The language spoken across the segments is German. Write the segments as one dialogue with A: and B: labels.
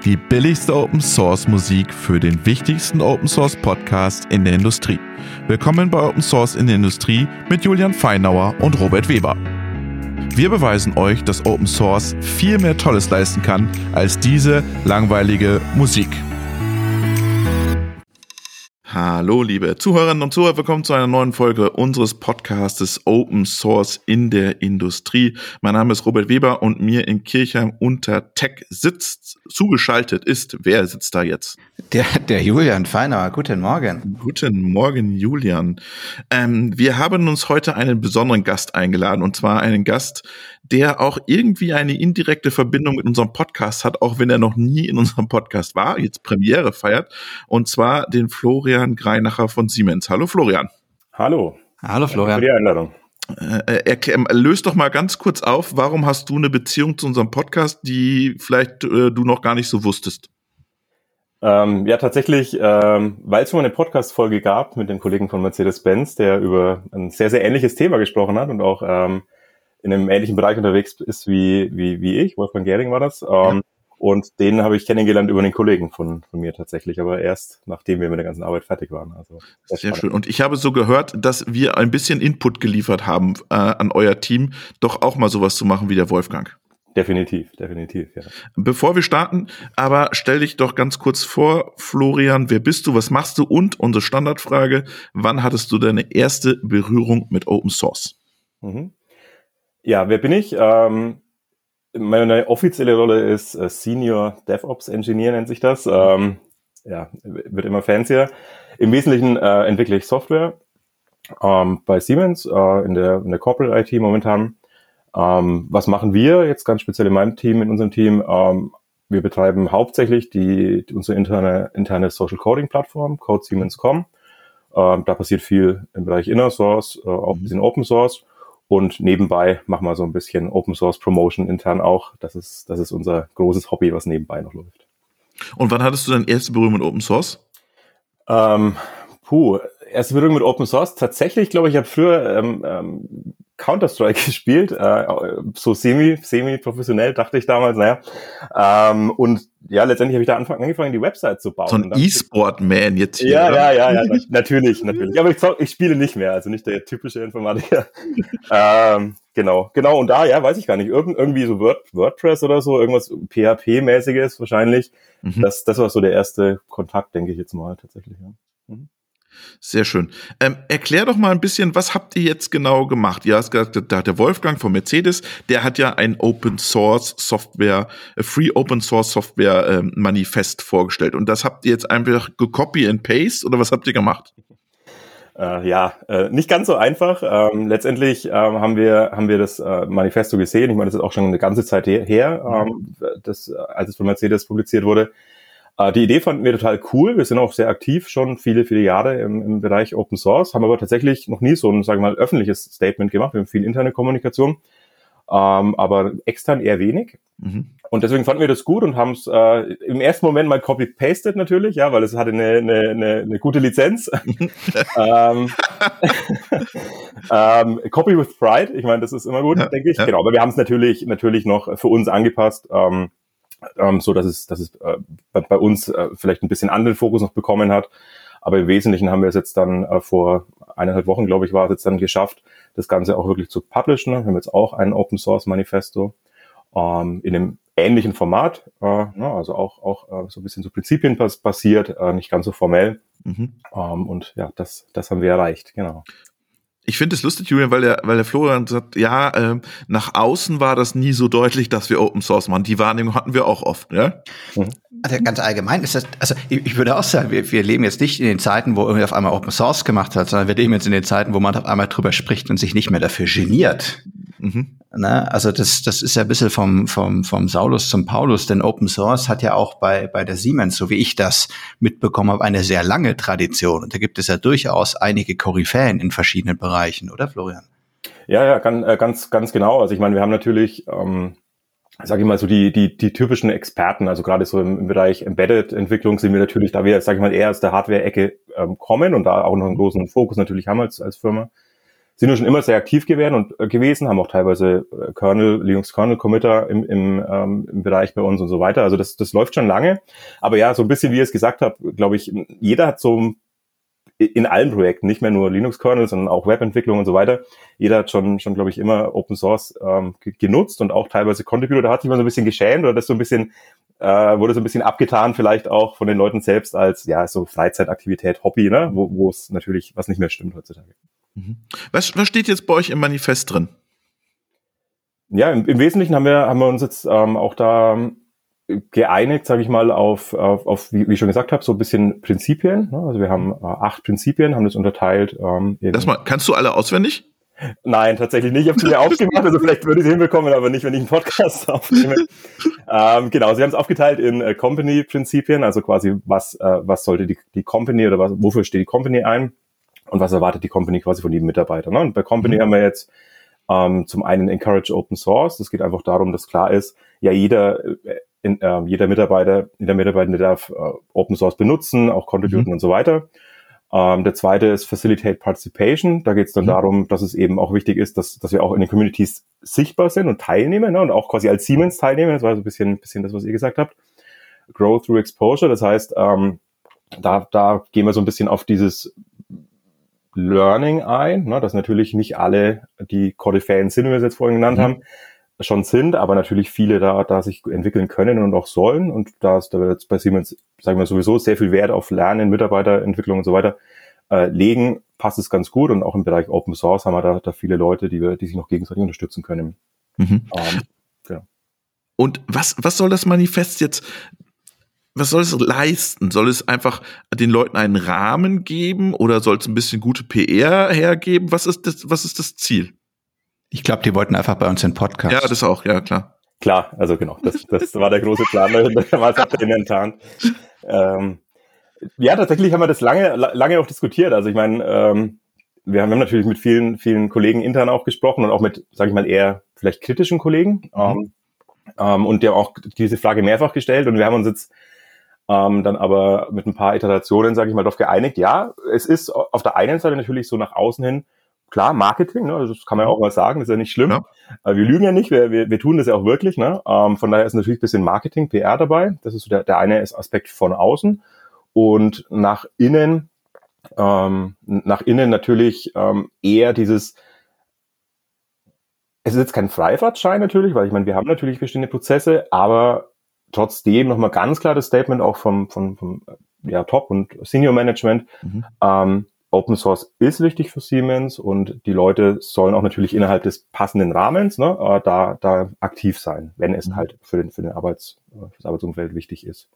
A: Die billigste Open Source Musik für den wichtigsten Open Source Podcast in der Industrie. Willkommen bei Open Source in der Industrie mit Julian Feinauer und Robert Weber. Wir beweisen euch, dass Open Source viel mehr Tolles leisten kann als diese langweilige Musik. Hallo liebe Zuhörerinnen und Zuhörer, willkommen zu einer neuen Folge unseres Podcastes Open Source in der Industrie. Mein Name ist Robert Weber und mir in Kirchheim unter Tech zugeschaltet ist, wer sitzt da jetzt?
B: Der Julian Feinauer, guten Morgen.
A: Guten Morgen, Julian. Wir haben uns heute einen besonderen Gast eingeladen, und zwar einen Gast, der auch irgendwie eine indirekte Verbindung mit unserem Podcast hat, auch wenn er noch nie in unserem Podcast war, jetzt Premiere feiert, und zwar den Florian Greinacher von Siemens. Hallo Florian.
C: Hallo.
B: Hallo Florian.
C: Danke für die Einladung.
A: Löst doch mal ganz kurz auf, warum hast du eine Beziehung zu unserem Podcast, die vielleicht du noch gar nicht so wusstest?
C: Ja, tatsächlich, weil es schon mal eine Podcast-Folge gab mit dem Kollegen von Mercedes-Benz, der über ein sehr, sehr ähnliches Thema gesprochen hat und auch in einem ähnlichen Bereich unterwegs ist wie ich. Wolfgang Gehring war das.
A: Ja.
C: Und den habe ich kennengelernt über einen Kollegen von mir tatsächlich, aber erst nachdem wir mit der ganzen Arbeit fertig waren. Also
A: sehr schön. Und ich habe so gehört, dass wir ein bisschen Input geliefert haben an euer Team, doch auch mal sowas zu machen wie der Wolfgang.
C: Definitiv, ja.
A: Bevor wir starten, aber stell dich doch ganz kurz vor, Florian, wer bist du, was machst du und unsere Standardfrage, wann hattest du deine erste Berührung mit Open Source?
C: Ja, wer bin ich? Meine offizielle Rolle ist Senior DevOps Engineer, nennt sich das. Ja, wird immer fancier. Im Wesentlichen entwickle ich Software bei Siemens in der Corporate IT momentan. Was machen wir jetzt ganz speziell in unserem Team? Wir betreiben hauptsächlich unsere interne Social Coding Plattform, CodeSiemens.com. Da passiert viel im Bereich Inner Source, auch ein bisschen Open Source. Und nebenbei machen wir so ein bisschen Open Source Promotion intern auch. Das ist unser großes Hobby, was nebenbei noch läuft.
A: Und wann hattest du deine erste Berührung mit Open Source?
C: Erste Berührung mit Open Source. Tatsächlich, glaube ich, habe früher Counter-Strike gespielt, so semi-professionell, dachte ich damals, und ja, letztendlich habe ich da angefangen, die Website zu bauen.
A: So ein E-Sport-Man jetzt hier,
C: ja, natürlich. Aber ich spiele nicht mehr, also nicht der typische Informatiker. Genau, und da, ja, weiß ich gar nicht, irgendwie so WordPress oder so, irgendwas PHP-mäßiges wahrscheinlich. Das war so der erste Kontakt, denke ich jetzt mal, tatsächlich, ja.
A: Sehr schön. Erklär doch mal ein bisschen, was habt ihr jetzt genau gemacht? Ja, da hat der Wolfgang von Mercedes, der hat ja ein Free Open Source Software Manifest vorgestellt. Und das habt ihr jetzt einfach gecopy and paste oder was habt ihr gemacht?
C: Nicht ganz so einfach. Letztendlich haben wir das Manifesto gesehen. Ich meine, das ist auch schon eine ganze Zeit her, als es von Mercedes publiziert wurde. Die Idee fanden wir total cool. Wir sind auch sehr aktiv, schon viele, viele Jahre im Bereich Open Source, haben aber tatsächlich noch nie so ein, sagen wir mal, öffentliches Statement gemacht. Wir haben viel interne Kommunikation, aber extern eher wenig. Und deswegen fanden wir das gut und haben es im ersten Moment mal copy-pasted natürlich, ja, weil es hatte eine gute Lizenz. Copy with Pride, ich meine, das ist immer gut, denke ich. Ja. Genau, aber wir haben es natürlich noch für uns angepasst. So dass es bei uns vielleicht ein bisschen anderen Fokus noch bekommen hat. Aber im Wesentlichen haben wir es jetzt dann vor 1,5 Wochen, glaube ich, war es jetzt dann geschafft, das Ganze auch wirklich zu publishen. Wir haben jetzt auch ein Open Source Manifesto in einem ähnlichen Format, also auch so ein bisschen so Prinzipien basiert, nicht ganz so formell. Und ja, das haben wir erreicht, genau.
A: Ich finde es lustig, Julian, weil der Florian sagt, nach außen war das nie so deutlich, dass wir Open Source machen. Die Wahrnehmung hatten wir auch oft, ne?
B: Also ganz allgemein ist das, also ich würde auch sagen, wir leben jetzt nicht in den Zeiten, wo irgendwie auf einmal Open Source gemacht hat, sondern wir leben jetzt in den Zeiten, wo man auf einmal drüber spricht und sich nicht mehr dafür geniert. Ne? Also das ist ja ein bisschen vom Saulus zum Paulus, denn Open Source hat ja auch bei der Siemens, so wie ich das mitbekommen habe, eine sehr lange Tradition. Und da gibt es ja durchaus einige Koryphäen in verschiedenen Bereichen, oder Florian?
C: Ja, ganz genau. Also ich meine, wir haben natürlich, sage ich mal, so die typischen Experten, also gerade so im Bereich Embedded-Entwicklung sind wir natürlich, da wir, sage ich mal, eher aus der Hardware-Ecke kommen und da auch noch einen großen Fokus natürlich haben als Firma, sind wir schon immer sehr aktiv gewesen, haben auch teilweise Linux-Kernel-Committer im Bereich bei uns und so weiter. Also das läuft schon lange. Aber ja, so ein bisschen, wie ihr es gesagt habt, glaube ich, jeder hat so in allen Projekten, nicht mehr nur Linux-Kernel, sondern auch Webentwicklung und so weiter. Jeder hat schon glaube ich, immer Open Source genutzt und auch teilweise Contributor. Da hat sich mal so ein bisschen geschämt oder das so ein bisschen wurde so ein bisschen abgetan, vielleicht auch von den Leuten selbst als ja so Freizeitaktivität, Hobby, ne, wo es natürlich was nicht mehr stimmt heutzutage.
A: Mhm. Was steht jetzt bei euch im Manifest drin?
C: Ja, im Wesentlichen haben wir uns jetzt auch da geeinigt, sage ich mal, auf wie ich schon gesagt habe, so ein bisschen Prinzipien. Ne? Also wir haben 8 Prinzipien, haben das unterteilt.
A: Kannst du alle auswendig?
C: Nein, tatsächlich nicht. Ich habe es mir aufgemacht, also vielleicht würde ich es hinbekommen, aber nicht, wenn ich einen Podcast aufnehme. Genau, sie haben es aufgeteilt in Company-Prinzipien, also quasi was sollte die Company oder wofür steht die Company ein und was erwartet die Company quasi von jedem Mitarbeiter. Ne? Und bei Company haben wir jetzt zum einen Encourage Open Source. Das geht einfach darum, dass klar ist, ja jeder Mitarbeiter darf Open Source benutzen, auch contributen und so weiter. Der zweite ist Facilitate Participation. Da geht es dann darum, dass es eben auch wichtig ist, dass wir auch in den Communities sichtbar sind und teilnehmen, ne? Und auch quasi als Siemens teilnehmen. Das war so ein bisschen das, was ihr gesagt habt. Grow through Exposure. Das heißt, da gehen wir so ein bisschen auf dieses Learning ein, ne? Dass natürlich nicht alle die Koryphäen sind, wie wir es jetzt vorhin genannt haben, schon sind, aber natürlich viele da sich entwickeln können und auch sollen. Und da wird jetzt bei Siemens, sagen wir sowieso, sehr viel Wert auf Lernen, Mitarbeiterentwicklung und so weiter legen, passt es ganz gut. Und auch im Bereich Open Source haben wir da viele Leute, die sich noch gegenseitig unterstützen können.
A: Genau. Und was soll das Manifest jetzt, was soll es leisten? Soll es einfach den Leuten einen Rahmen geben oder soll es ein bisschen gute PR hergeben? Was ist das Ziel?
B: Ich glaube, die wollten einfach bei uns den Podcast.
A: Ja, das auch, ja, klar.
C: Klar, also genau, das war der große Plan, damals habt ihr ihn enttarnt. Ja, tatsächlich haben wir das lange auch diskutiert. Also ich meine, wir haben natürlich mit vielen Kollegen intern auch gesprochen und auch mit, sage ich mal, eher vielleicht kritischen Kollegen. Und die haben auch diese Frage mehrfach gestellt und wir haben uns jetzt dann aber mit ein paar Iterationen, sage ich mal, darauf geeinigt. Ja, es ist auf der einen Seite natürlich so nach außen hin, klar, Marketing, ne? Also das kann man ja auch mal sagen, das ist ja nicht schlimm. Ja. Wir lügen ja nicht, wir tun das ja auch wirklich. Ne? Von daher ist natürlich ein bisschen Marketing, PR dabei. Das ist so der eine Aspekt von außen. Und nach innen natürlich eher dieses, es ist jetzt kein Freifahrtschein natürlich, weil ich meine, wir haben natürlich bestehende Prozesse, aber trotzdem nochmal ganz klar das Statement auch vom Top- und Senior-Management, Open Source ist wichtig für Siemens und die Leute sollen auch natürlich innerhalb des passenden Rahmens da aktiv sein, wenn es halt für das Arbeitsumfeld wichtig ist.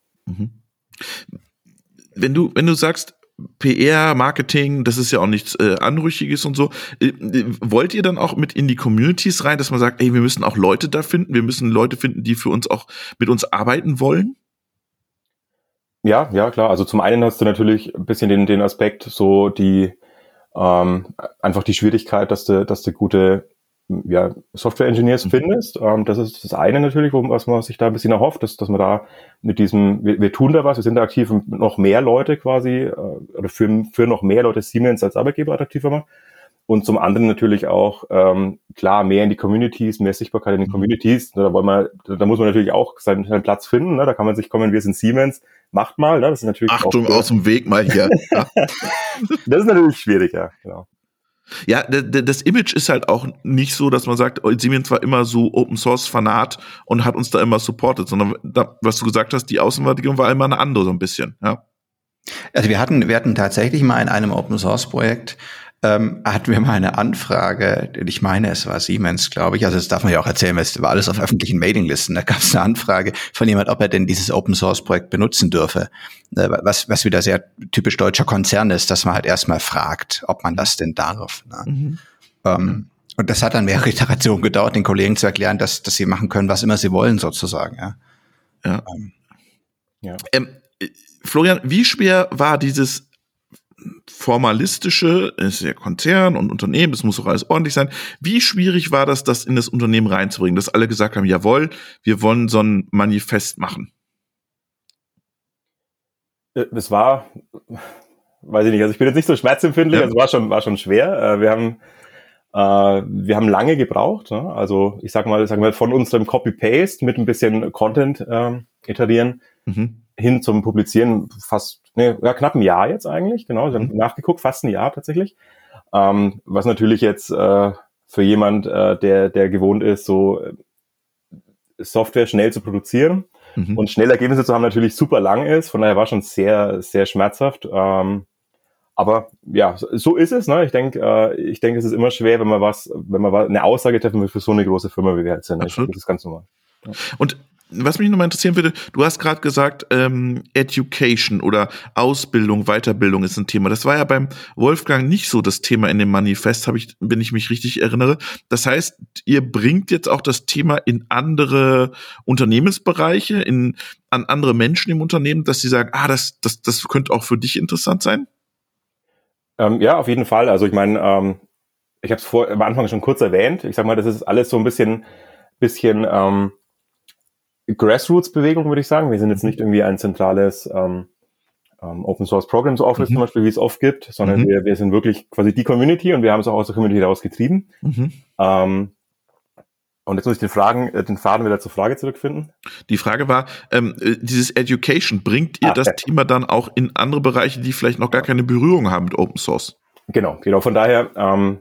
A: Wenn du sagst, PR, Marketing, das ist ja auch nichts Anrüchiges und so. Wollt ihr dann auch mit in die Communities rein, dass man sagt, ey, wir müssen auch Leute da finden, wir müssen Leute finden, die für uns auch mit uns arbeiten wollen?
C: Ja, klar. Also zum einen hast du natürlich ein bisschen den Aspekt, so die einfach die Schwierigkeit, dass du gute Software-Engineers findest. Das ist das eine natürlich, was man sich da ein bisschen erhofft, dass man da mit diesem, wir tun da was, wir sind da aktiv und noch mehr Leute quasi, oder für noch mehr Leute Siemens als Arbeitgeber attraktiv machen. Und zum anderen natürlich auch, klar, mehr in die Communities, mehr Sichtbarkeit in den Communities. Da muss man natürlich auch seinen Platz finden. Ne? Da kann man sich kommen, wir sind Siemens, macht mal. Ne? Das ist natürlich
A: Achtung, aus dem Weg mal hier.
C: Das ist natürlich schwierig, ja, genau.
A: Ja, das Image ist halt auch nicht so, dass man sagt, Siemens war immer so Open-Source-Fanat und hat uns da immer supportet, sondern was du gesagt hast, die Außenwahrnehmung war immer eine andere so ein bisschen, ja.
B: Also wir hatten tatsächlich mal in einem Open-Source-Projekt hatten wir mal eine Anfrage, ich meine, es war Siemens, glaube ich, also das darf man ja auch erzählen, weil es war alles auf öffentlichen Mailinglisten, da gab es eine Anfrage von jemand, ob er denn dieses Open-Source-Projekt benutzen dürfe, was wieder sehr typisch deutscher Konzern ist, dass man halt erstmal fragt, ob man das denn darf. Ne? Und das hat dann mehrere Iterationen gedauert, den Kollegen zu erklären, dass sie machen können, was immer sie wollen, sozusagen.
A: Ja. Florian, wie schwer war dieses formalistische, es ist ja Konzern und Unternehmen, es muss auch alles ordentlich sein. Wie schwierig war das in das Unternehmen reinzubringen, dass alle gesagt haben, jawohl, wir wollen so ein Manifest machen?
C: Es war, weiß ich nicht, also ich bin jetzt nicht so schmerzempfindlich, also war schon schwer. Wir haben Wir haben lange gebraucht, ne? Also ich sag mal, von unserem Copy-Paste mit ein bisschen Content iterieren hin zum Publizieren fast, knapp ein Jahr jetzt eigentlich, genau, wir haben nachgeguckt, fast ein Jahr tatsächlich. Was natürlich jetzt für jemand, der gewohnt ist, so Software schnell zu produzieren und schnell Ergebnisse zu haben, natürlich super lang ist. Von daher war schon sehr, sehr schmerzhaft. Aber ja, so ist es. Ne? Ich denke, es ist immer schwer, wenn man eine Aussage treffen will für so eine große Firma, wie wir jetzt sind. Das ist ganz normal. Ja.
A: Und was mich nochmal interessieren würde, du hast gerade gesagt, Education oder Ausbildung, Weiterbildung ist ein Thema. Das war ja beim Wolfgang nicht so das Thema in dem Manifest, wenn ich mich richtig erinnere. Das heißt, ihr bringt jetzt auch das Thema in andere Unternehmensbereiche, an andere Menschen im Unternehmen, dass sie sagen, das könnte auch für dich interessant sein?
C: Ja, auf jeden Fall. Also ich meine, ich habe es am Anfang schon kurz erwähnt. Ich sag mal, das ist alles so ein bisschen Grassroots-Bewegung, würde ich sagen. Wir sind jetzt nicht irgendwie ein zentrales Open Source Programs Office zum Beispiel, wie es oft gibt, sondern wir sind wirklich quasi die Community und wir haben es auch aus der Community heraus getrieben. Und jetzt muss ich den Faden wieder zur Frage zurückfinden.
A: Die Frage war, dieses Education, bringt ihr das Thema dann auch in andere Bereiche, die vielleicht noch gar keine Berührung haben mit Open Source? Genau.
C: Von daher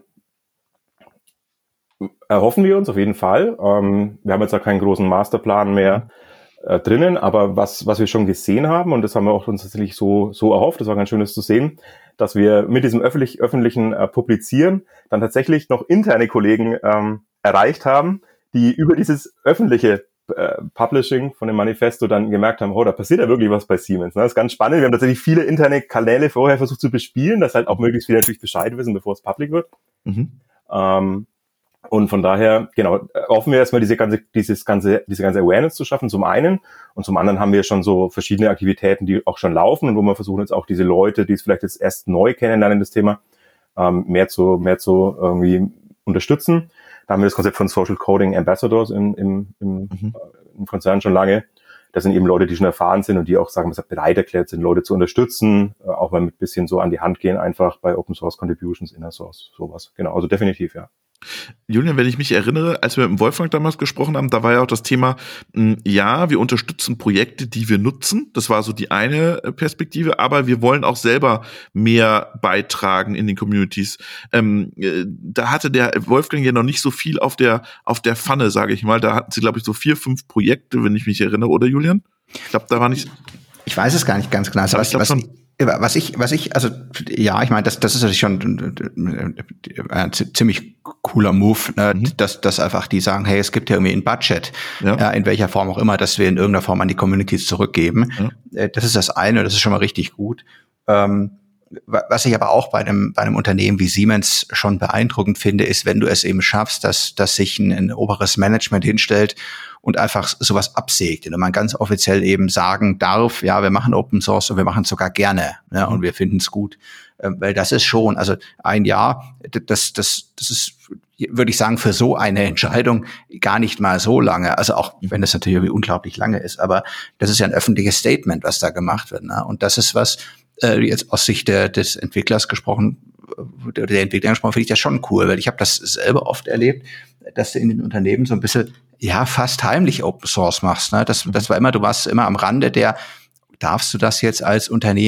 C: erhoffen wir uns auf jeden Fall. Wir haben jetzt auch keinen großen Masterplan mehr drinnen, aber was wir schon gesehen haben, und das haben wir auch uns tatsächlich so erhofft, das war ganz schön, das zu sehen, dass wir mit diesem öffentlichen Publizieren dann tatsächlich noch interne Kollegen erreicht haben, die über dieses öffentliche Publishing von dem Manifesto dann gemerkt haben, da passiert ja wirklich was bei Siemens. Ne? Das ist ganz spannend. Wir haben tatsächlich viele interne Kanäle vorher versucht zu bespielen, dass halt auch möglichst viele natürlich Bescheid wissen, bevor es public wird. Und von daher, hoffen wir erstmal diese ganze Awareness zu schaffen, zum einen. Und zum anderen haben wir schon so verschiedene Aktivitäten, die auch schon laufen und wo wir versuchen jetzt auch diese Leute, die es vielleicht jetzt erst neu kennenlernen, das Thema, mehr zu irgendwie unterstützen. Da haben wir das Konzept von Social Coding Ambassadors im Konzern schon lange. Das sind eben Leute, die schon erfahren sind und die auch, sagen wir, bereit erklärt sind, Leute zu unterstützen, auch mal mit bisschen so an die Hand gehen, einfach bei Open Source Contributions, Inner Source, sowas. Genau, also definitiv, ja.
A: Julian, wenn ich mich erinnere, als wir mit dem Wolfgang damals gesprochen haben, da war ja auch das Thema, wir unterstützen Projekte, die wir nutzen. Das war so die eine Perspektive, aber wir wollen auch selber mehr beitragen in den Communities. Da hatte der Wolfgang ja noch nicht so viel auf der Pfanne, sage ich mal. Da hatten sie, glaube ich, so 4, 5 Projekte, wenn ich mich erinnere, oder Julian? Ich glaube, da war nicht...
B: Ich weiß es gar nicht ganz genau. Was ich, ich meine, das ist natürlich schon ein ziemlich cooler Move, ne? Dass einfach die sagen, hey, es gibt ja irgendwie ein Budget, in welcher Form auch immer, dass wir in irgendeiner Form an die Communities zurückgeben. Das ist das eine, das ist schon mal richtig gut. Was ich aber auch bei einem Unternehmen wie Siemens schon beeindruckend finde, ist, wenn du es eben schaffst, dass sich ein oberes Management hinstellt und einfach sowas absägt, und man ganz offiziell eben sagen darf, ja, wir machen Open Source und wir machen es sogar gerne, und wir finden es gut, weil das ist schon, also ein Jahr, das ist, würde ich sagen, für so eine Entscheidung gar nicht mal so lange, also auch wenn das natürlich irgendwie unglaublich lange ist, aber das ist ja ein öffentliches Statement, was da gemacht wird, ne? Und das ist was, jetzt aus Sicht des Entwicklers gesprochen, der Entwickler gesprochen, finde ich das schon cool, weil ich habe das selber oft erlebt, dass du in den Unternehmen so ein bisschen, fast heimlich Open Source machst, ne? Das war immer, du warst immer am Rande darfst du das jetzt als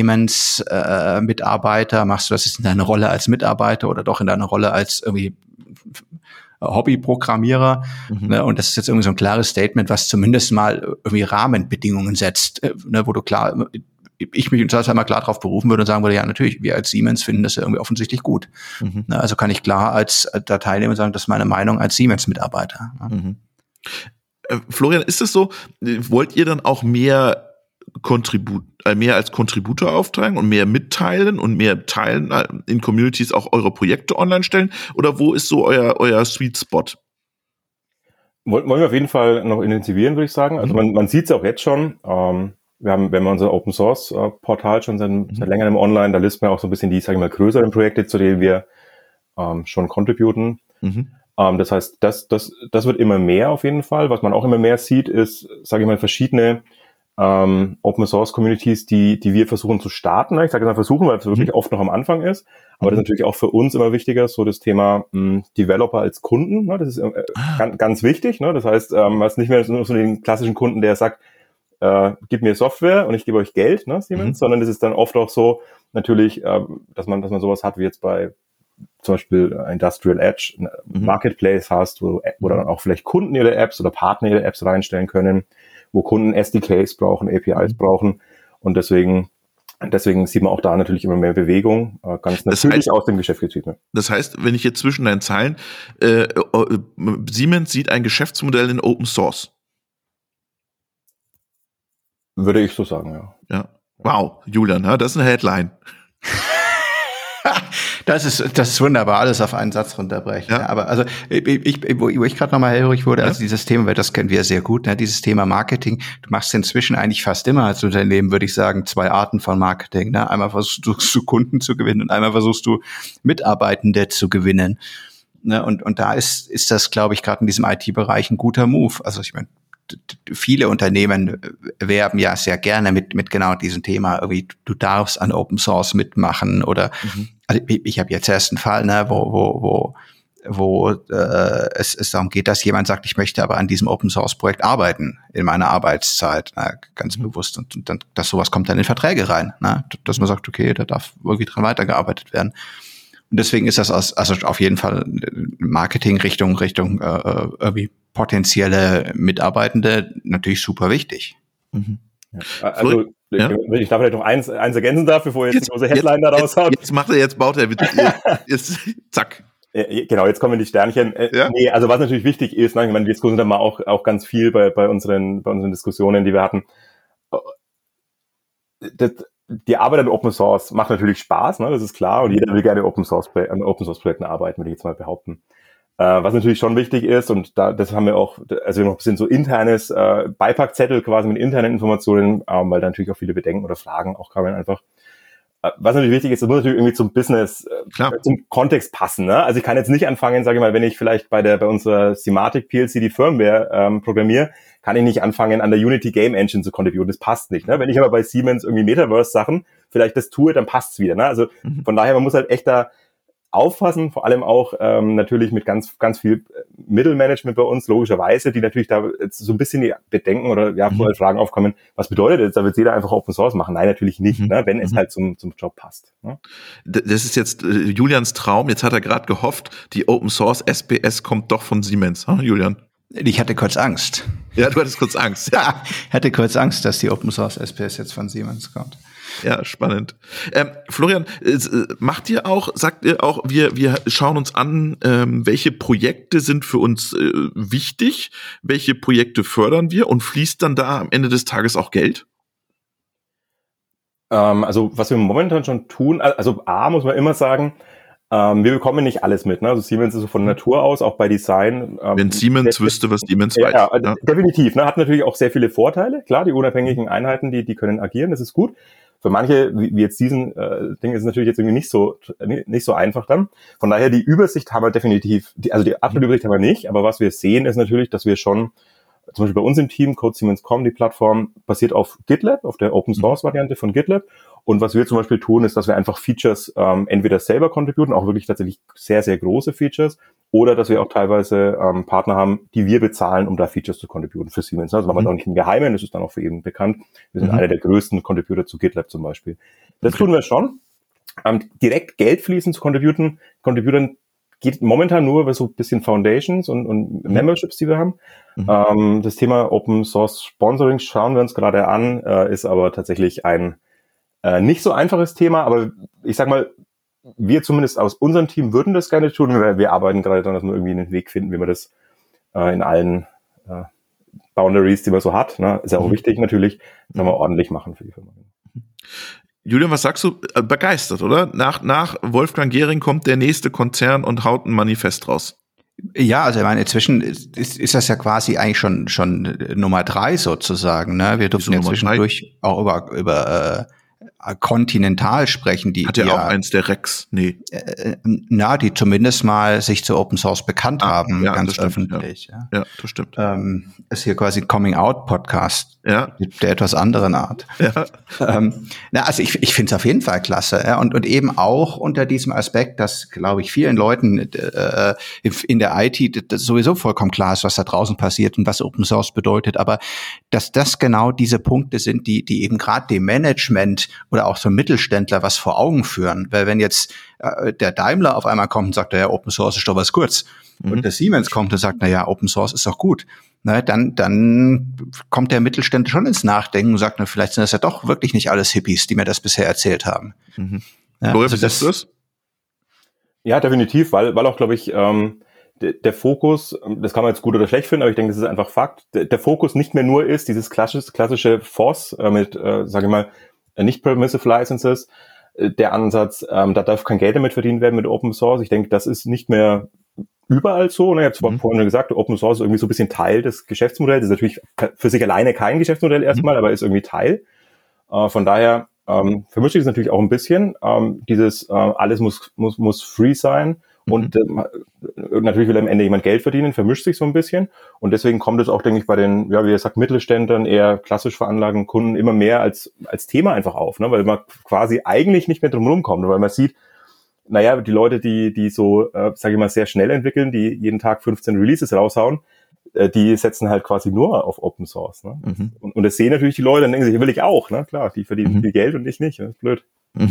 B: Unternehmensmitarbeiter, machst du das jetzt in deiner Rolle als Mitarbeiter oder doch in deiner Rolle als irgendwie Hobbyprogrammierer, ne? Und das ist jetzt irgendwie so ein klares Statement, was zumindest mal irgendwie Rahmenbedingungen setzt, ne? Wo du ich mich einmal klar darauf berufen würde und sagen würde, ja, natürlich, wir als Siemens finden das ja irgendwie offensichtlich gut. Ne? Also kann ich klar als Teilnehmer sagen, das ist meine Meinung als Siemens-Mitarbeiter. Ne?
A: Florian, ist es so, wollt ihr dann auch mehr als Contributor auftragen und mehr mitteilen und mehr teilen in Communities, auch eure Projekte online stellen? Oder wo ist so euer Sweet Spot?
C: Wollen wir auf jeden Fall noch intensivieren, würde ich sagen. Also man sieht es auch jetzt schon. Wir haben unser Open Source Portal schon seit längerem online, da listen wir auch so ein bisschen die, sage ich mal, größeren Projekte, zu denen wir schon contributen. Das heißt, das wird immer mehr auf jeden Fall. Was man auch immer mehr sieht, ist, sage ich mal, verschiedene Open Source Communities, die wir versuchen zu starten. Ich sage jetzt mal versuchen, weil es wirklich oft noch am Anfang ist. Aber das ist natürlich auch für uns immer wichtiger, so das Thema Developer als Kunden. Ne? Das ist ganz wichtig. Ne? Das heißt, man ist nicht mehr nur so den klassischen Kunden, der sagt, gib mir Software und ich gebe euch Geld, ne, Siemens, sondern das ist dann oft auch so, natürlich, dass man sowas hat wie jetzt bei zum Beispiel Industrial Edge, Marketplace hast, wo dann auch vielleicht Kunden ihre Apps oder Partner ihre Apps reinstellen können, wo Kunden SDKs brauchen, APIs brauchen und deswegen sieht man auch da natürlich immer mehr Bewegung, ganz natürlich aus dem Geschäft getrieben.
A: Das heißt, wenn ich jetzt zwischen deinen Zeilen, Siemens sieht ein Geschäftsmodell in Open Source.
C: Würde ich so sagen,
A: ja. Wow, Julian, das ist eine Headline.
B: Das ist wunderbar, alles auf einen Satz runterbrechen. Ja. Aber also wo ich gerade nochmal hellhörig wurde, also dieses Thema, weil das kennen wir sehr gut, ne, dieses Thema Marketing. Du machst inzwischen eigentlich fast immer als Unternehmen, würde ich sagen, 2 Arten von Marketing. Ne? Einmal versuchst du Kunden zu gewinnen und einmal versuchst du Mitarbeitende zu gewinnen. Ne? Und da ist das, glaube ich, gerade in diesem IT-Bereich ein guter Move. Also ich meine, viele Unternehmen werben ja sehr gerne mit genau diesem Thema. Irgendwie, du darfst an Open Source mitmachen oder also ich habe jetzt erst einen Fall, ne, wo es darum geht, dass jemand sagt, ich möchte aber an diesem Open Source Projekt arbeiten in meiner Arbeitszeit, ganz bewusst und dann, dass sowas kommt dann in Verträge rein, ne, dass man sagt, okay, da darf irgendwie dran weitergearbeitet werden. Und deswegen ist das also auf jeden Fall Marketing Richtung irgendwie potenzielle Mitarbeitende natürlich super wichtig.
C: Ja. Also wenn ich da vielleicht noch eins ergänzen darf, bevor jetzt eine große Headline da raushaut.
A: Jetzt baut er jetzt zack.
C: Genau, jetzt kommen die Sternchen. Nee, also was natürlich wichtig ist, ne, ich meine, wir diskutieren da mal auch ganz viel bei unseren Diskussionen, die wir hatten. Die Arbeit an Open Source macht natürlich Spaß, ne, das ist klar, und jeder will gerne an Open Source Projekten arbeiten, würde ich jetzt mal behaupten. Was natürlich schon wichtig ist, und das haben wir auch, also wir noch ein bisschen so internes Beipackzettel quasi mit internen Informationen, weil da natürlich auch viele Bedenken oder Fragen auch kamen einfach. Was natürlich wichtig ist, das muss natürlich irgendwie zum Business, zum Kontext passen. Ne? Also ich kann jetzt nicht anfangen, sage ich mal, wenn ich vielleicht bei unserer Simatic PLC die Firmware programmiere, kann ich nicht anfangen, an der Unity Game Engine zu contributen. Das passt nicht. Ne? Wenn ich aber bei Siemens irgendwie Metaverse-Sachen vielleicht das tue, dann passt's wieder. Ne? Also von daher, man muss halt echt da aufpassen, vor allem auch natürlich mit ganz, ganz viel Mittelmanagement bei uns, logischerweise, die natürlich da jetzt so ein bisschen die Bedenken oder vorher Fragen aufkommen, was bedeutet das, da wird jeder einfach Open Source machen? Nein, natürlich nicht, ne, wenn es halt zum Job passt. Ne?
A: Das ist jetzt Julians Traum, jetzt hat er gerade gehofft, die Open Source SPS kommt doch von Siemens, Julian?
B: Ich hatte kurz Angst.
A: Ja, du hattest kurz Angst.
B: Ja, ich hatte kurz Angst, dass die Open Source SPS jetzt von Siemens kommt.
A: Ja, spannend. Florian, sagt ihr auch, wir schauen uns an, welche Projekte sind für uns wichtig, welche Projekte fördern wir und fließt dann da am Ende des Tages auch Geld?
C: Also was wir momentan schon tun, also muss man immer sagen, wir bekommen nicht alles mit. Ne? Also Siemens ist so von Natur aus, auch bei Design.
A: Wenn Siemens wüsste, was Siemens weiß.
C: Ja, definitiv. Ne? Hat natürlich auch sehr viele Vorteile. Klar, die unabhängigen Einheiten, die können agieren, das ist gut. Für manche, wie jetzt diesen Ding, ist es natürlich jetzt irgendwie nicht so einfach dann. Von daher, die Übersicht haben wir definitiv, die absolute Übersicht haben wir nicht, aber was wir sehen, ist natürlich, dass wir schon, zum Beispiel bei uns im Team, CodeSiemens.com, die Plattform basiert auf GitLab, auf der Open-Source-Variante von GitLab. Und was wir zum Beispiel tun, ist, dass wir einfach Features entweder selber contributen, auch wirklich tatsächlich sehr, sehr große Features, oder dass wir auch teilweise Partner haben, die wir bezahlen, um da Features zu contributen für Siemens. Also machen wir auch nicht im Geheimen, das ist dann auch für jeden bekannt. Wir sind einer der größten Contributor zu GitLab zum Beispiel. Das tun wir schon. Direkt Geld fließen zu Contributern geht momentan nur über so ein bisschen Foundations und Memberships, die wir haben. Das Thema Open Source Sponsoring schauen wir uns gerade an, ist aber tatsächlich ein nicht so einfaches Thema, aber ich sag mal, wir zumindest aus unserem Team würden das gerne tun. Wir arbeiten gerade daran, dass wir irgendwie einen Weg finden, wie man das in allen Boundaries, die man so hat, ne, ist ja auch wichtig natürlich, dass wir ordentlich machen für die Firma.
A: Julian, was sagst du? Begeistert, oder? Nach Wolfgang Gehring kommt der nächste Konzern und haut ein Manifest raus.
B: Ja, also ich meine, inzwischen ist das ja quasi eigentlich schon Nummer 3 sozusagen. Ne? Wir durften ja zwischendurch auch über kontinental sprechen, die
A: hat ja auch eins der Rex,
B: die zumindest mal sich zu Open Source bekannt haben, ganz öffentlich.
A: Ja, das stimmt.
B: Ist hier quasi ein Coming-out-Podcast, der etwas anderen Art.
A: Ja.
B: Also ich finde es auf jeden Fall klasse, und eben auch unter diesem Aspekt, dass, glaube ich, vielen Leuten in der IT das sowieso vollkommen klar ist, was da draußen passiert und was Open Source bedeutet, aber dass das genau diese Punkte sind, die eben gerade dem Management oder auch so Mittelständler was vor Augen führen. Weil wenn jetzt der Daimler auf einmal kommt und sagt, ja, Open Source ist doch was kurz, und der Siemens kommt und sagt, na ja, Open Source ist doch gut, dann kommt der Mittelständler schon ins Nachdenken und sagt, na, vielleicht sind das ja doch wirklich nicht alles Hippies, die mir das bisher erzählt haben.
A: Florian, wie siehst du das?
C: Ja, definitiv, weil auch, glaube ich, der Fokus, das kann man jetzt gut oder schlecht finden, aber ich denke, das ist einfach Fakt, der Fokus nicht mehr nur ist dieses klassische FOSS mit, sage ich mal, nicht Permissive Licenses, der Ansatz, da darf kein Geld damit verdient werden mit Open Source. Ich denke, das ist nicht mehr überall so. Ich habe zwar vorhin schon gesagt, Open Source ist irgendwie so ein bisschen Teil des Geschäftsmodells. Ist natürlich für sich alleine kein Geschäftsmodell erstmal, aber ist irgendwie Teil. Von daher vermischt sich das natürlich auch ein bisschen. Alles muss free sein. Und natürlich will am Ende jemand Geld verdienen, vermischt sich so ein bisschen. Und deswegen kommt es auch, denke ich, bei den, wie ihr sagt, Mittelständlern, eher klassisch veranlagten Kunden immer mehr als Thema einfach auf, ne? Weil man quasi eigentlich nicht mehr drum rumkommt, weil man sieht, naja, die Leute, die so, sage ich mal, sehr schnell entwickeln, die jeden Tag 15 Releases raushauen, die setzen halt quasi nur auf Open Source. Ne? Und das sehen natürlich die Leute, dann denken sie, will ich auch, ne? Klar, die verdienen viel Geld und ich nicht, das ist blöd.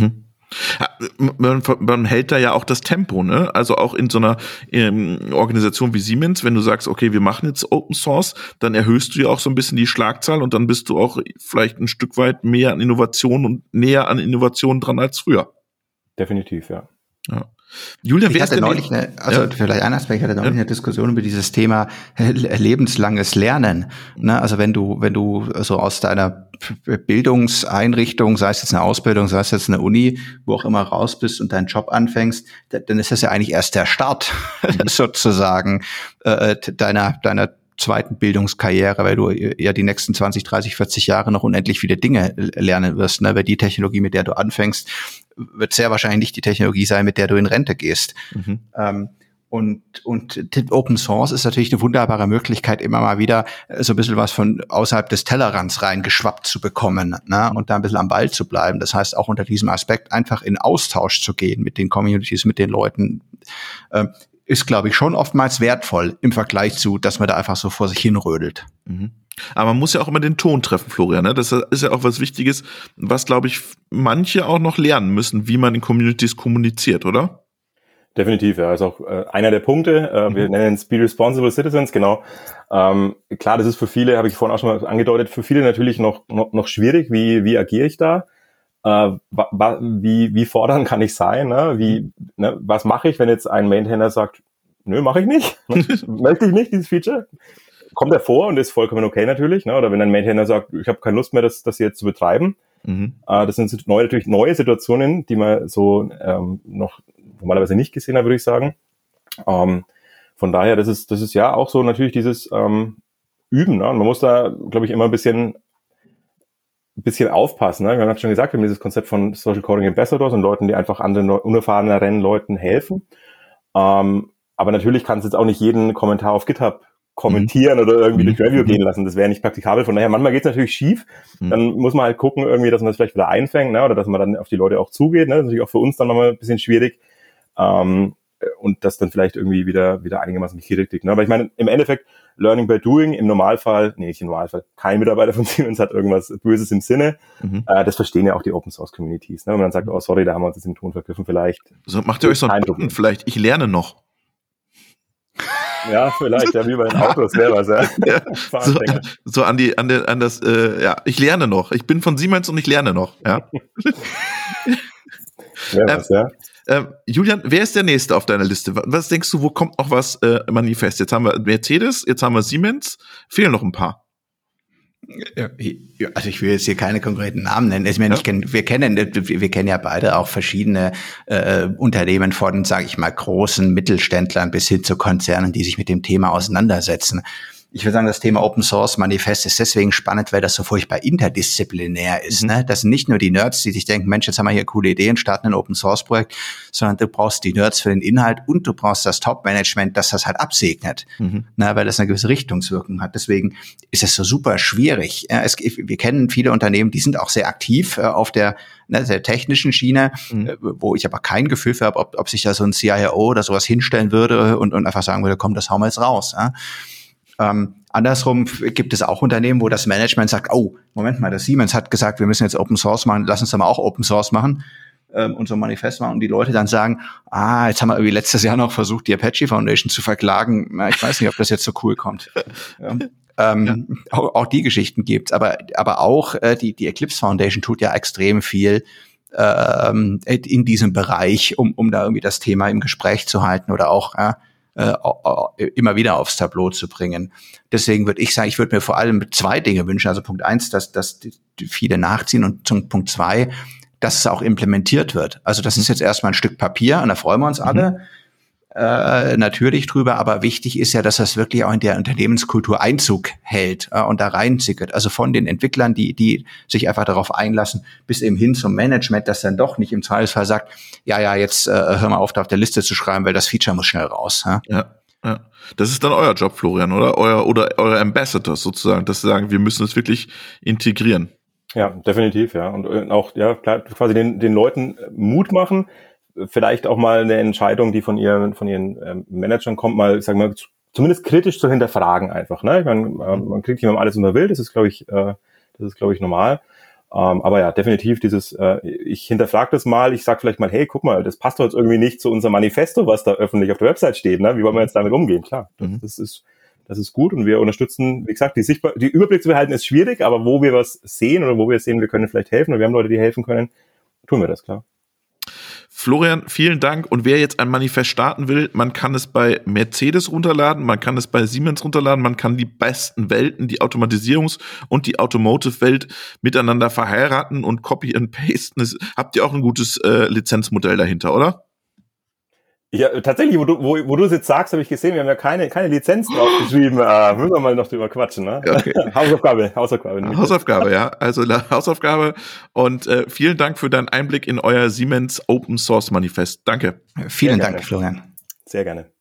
A: Man hält da ja auch das Tempo, ne? Also auch in so einer Organisation wie Siemens, wenn du sagst, okay, wir machen jetzt Open Source, dann erhöhst du ja auch so ein bisschen die Schlagzahl und dann bist du auch vielleicht ein Stück weit mehr an Innovation und näher an Innovation dran als früher.
C: Definitiv, ja.
B: Julian, ich hatte neulich vielleicht ein Aspekt, ich hatte neulich eine Diskussion über dieses Thema lebenslanges Lernen. Ne? Also wenn du so aus deiner Bildungseinrichtung, sei es jetzt eine Ausbildung, sei es jetzt eine Uni, wo auch immer raus bist und deinen Job anfängst, dann ist das ja eigentlich erst der Start sozusagen deiner zweiten Bildungskarriere, weil du ja die nächsten 20, 30, 40 Jahre noch unendlich viele Dinge lernen wirst. Ne? Weil die Technologie, mit der du anfängst, wird sehr wahrscheinlich nicht die Technologie sein, mit der du in Rente gehst. Und Open Source ist natürlich eine wunderbare Möglichkeit, immer mal wieder so ein bisschen was von außerhalb des Tellerrands reingeschwappt zu bekommen, ne? Und da ein bisschen am Ball zu bleiben. Das heißt, auch unter diesem Aspekt einfach in Austausch zu gehen mit den Communities, mit den Leuten, ist, glaube ich, schon oftmals wertvoll im Vergleich zu, dass man da einfach so vor sich hinrödelt.
A: Aber man muss ja auch immer den Ton treffen, Florian, ne? Das ist ja auch was Wichtiges, was, glaube ich, manche auch noch lernen müssen, wie man in Communities kommuniziert, oder?
C: Definitiv, ja. Also auch einer der Punkte, wir nennen es Be Responsible Citizens, genau. Klar, das ist für viele, habe ich vorhin auch schon mal angedeutet, für viele natürlich noch schwierig. Wie agiere ich da? Wie fordern kann ich sein? Ne? Was mache ich, wenn jetzt ein Maintainer sagt, nö, mache ich nicht, möchte ich nicht, dieses Feature? Kommt er vor und ist vollkommen okay natürlich. Ne? Oder wenn ein Maintainer sagt, ich habe keine Lust mehr, das jetzt zu betreiben. Das sind natürlich neue Situationen, die man so noch normalerweise nicht gesehen hat, würde ich sagen. Von daher, das ist ja auch so natürlich dieses Üben. Ne? Und man muss da, glaube ich, immer ein bisschen aufpassen. Ne? Wir haben schon gesagt, wir haben dieses Konzept von Social Coding Ambassadors und Leuten, die einfach anderen unerfahreneren Leuten helfen. Aber natürlich kannst du jetzt auch nicht jeden Kommentar auf GitHub kommentieren oder irgendwie durch Review gehen lassen. Das wäre nicht praktikabel. Von daher, manchmal geht es natürlich schief. Dann muss man halt gucken, irgendwie, dass man das vielleicht wieder einfängt, ne? Oder dass man dann auf die Leute auch zugeht. Ne? Das ist natürlich auch für uns dann nochmal ein bisschen schwierig. Und das dann vielleicht irgendwie wieder einigermaßen richtig. Ne? Aber ich meine, im Endeffekt, Learning by Doing, im Normalfall, nicht im Normalfall, kein Mitarbeiter von Siemens hat irgendwas Böses im Sinne. Das verstehen ja auch die Open Source Communities. Ne? Wenn man dann sagt, oh sorry, da haben wir uns jetzt im Ton vergriffen, vielleicht.
A: So, macht ihr euch so einen Button vielleicht, ich lerne noch.
C: Ja, vielleicht, ja, wie bei den Autos selber. Ja.
A: So ich lerne noch. Ich bin von Siemens und ich lerne noch. Ja. Julian, wer ist der Nächste auf deiner Liste? Was denkst du, wo kommt noch was manifest? Jetzt haben wir Mercedes, jetzt haben wir Siemens, fehlen noch ein paar.
B: Also ich will jetzt hier keine konkreten Namen nennen. Wir kennen ja beide auch verschiedene Unternehmen von, sage ich mal, großen Mittelständlern bis hin zu Konzernen, die sich mit dem Thema auseinandersetzen. Ich würde sagen, das Thema Open Source Manifest ist deswegen spannend, weil das so furchtbar interdisziplinär ist. Ne? Das sind nicht nur die Nerds, die sich denken, Mensch, jetzt haben wir hier coole Ideen, starten ein Open Source Projekt, sondern du brauchst die Nerds für den Inhalt und du brauchst das Top-Management, das das halt absegnet, weil das eine gewisse Richtungswirkung hat. Deswegen ist es so super schwierig. Ja, wir kennen viele Unternehmen, die sind auch sehr aktiv auf der technischen Schiene, wo ich aber kein Gefühl für habe, ob sich da so ein CIO oder sowas hinstellen würde und einfach sagen würde, komm, das hauen wir jetzt raus. Ja? Andersrum gibt es auch Unternehmen, wo das Management sagt, oh, Moment mal, das Siemens hat gesagt, wir müssen jetzt Open Source machen, lass uns da mal auch Open Source machen und so ein Manifest machen und die Leute dann sagen, jetzt haben wir irgendwie letztes Jahr noch versucht, die Apache Foundation zu verklagen. Na, ich weiß nicht, ob das jetzt so cool kommt. Auch die Geschichten gibt's, aber auch die Eclipse Foundation tut ja extrem viel in diesem Bereich, um da irgendwie das Thema im Gespräch zu halten oder auch immer wieder aufs Tableau zu bringen. Deswegen würde ich sagen, ich würde mir vor allem 2 Dinge wünschen. Also Punkt 1, dass die viele nachziehen und zum Punkt 2, dass es auch implementiert wird. Also das ist jetzt erstmal ein Stück Papier und da freuen wir uns alle natürlich drüber, aber wichtig ist ja, dass das wirklich auch in der Unternehmenskultur Einzug hält und da reinsickert. Also von den Entwicklern, die sich einfach darauf einlassen, bis eben hin zum Management, das dann doch nicht im Zweifelsfall sagt, jetzt hör mal auf, da auf der Liste zu schreiben, weil das Feature muss schnell raus.
A: Ja. Das ist dann euer Job, Florian, oder? Eure Ambassadors sozusagen, dass sie sagen, wir müssen es wirklich integrieren.
C: Ja, definitiv, ja. Und auch, ja, klar, quasi den Leuten Mut machen, vielleicht auch mal eine Entscheidung, die von ihren Managern kommt, mal, ich sag mal, zumindest kritisch zu hinterfragen einfach. Ne? Ich meine, man kriegt nicht immer alles, was man will. Das ist, glaube ich, normal. Aber ja, definitiv dieses, ich hinterfrage das mal. Ich sag vielleicht mal, hey, guck mal, das passt doch jetzt irgendwie nicht zu unserem Manifesto, was da öffentlich auf der Website steht. Ne? Wie wollen wir jetzt damit umgehen? Klar, das ist gut und wir unterstützen, wie gesagt, die Überblick zu behalten ist schwierig, aber wo wir was sehen oder wo wir sehen, wir können vielleicht helfen oder wir haben Leute, die helfen können, tun wir das, klar.
A: Florian, vielen Dank. Und wer jetzt ein Manifest starten will, man kann es bei Mercedes runterladen, man kann es bei Siemens runterladen, man kann die besten Welten, die Automatisierungs- und die Automotive-Welt miteinander verheiraten und copy and pasten. Habt ihr auch ein gutes Lizenzmodell dahinter, oder?
C: Ja, tatsächlich, wo du es jetzt sagst, habe ich gesehen, wir haben ja keine Lizenz draufgeschrieben. Müssen wir mal noch drüber quatschen, ne? Okay. Hausaufgabe,
A: ja. Also Hausaufgabe. Und vielen Dank für deinen Einblick in euer Siemens Open Source Manifest. Danke.
B: Vielen Dank, Florian.
C: Sehr gerne.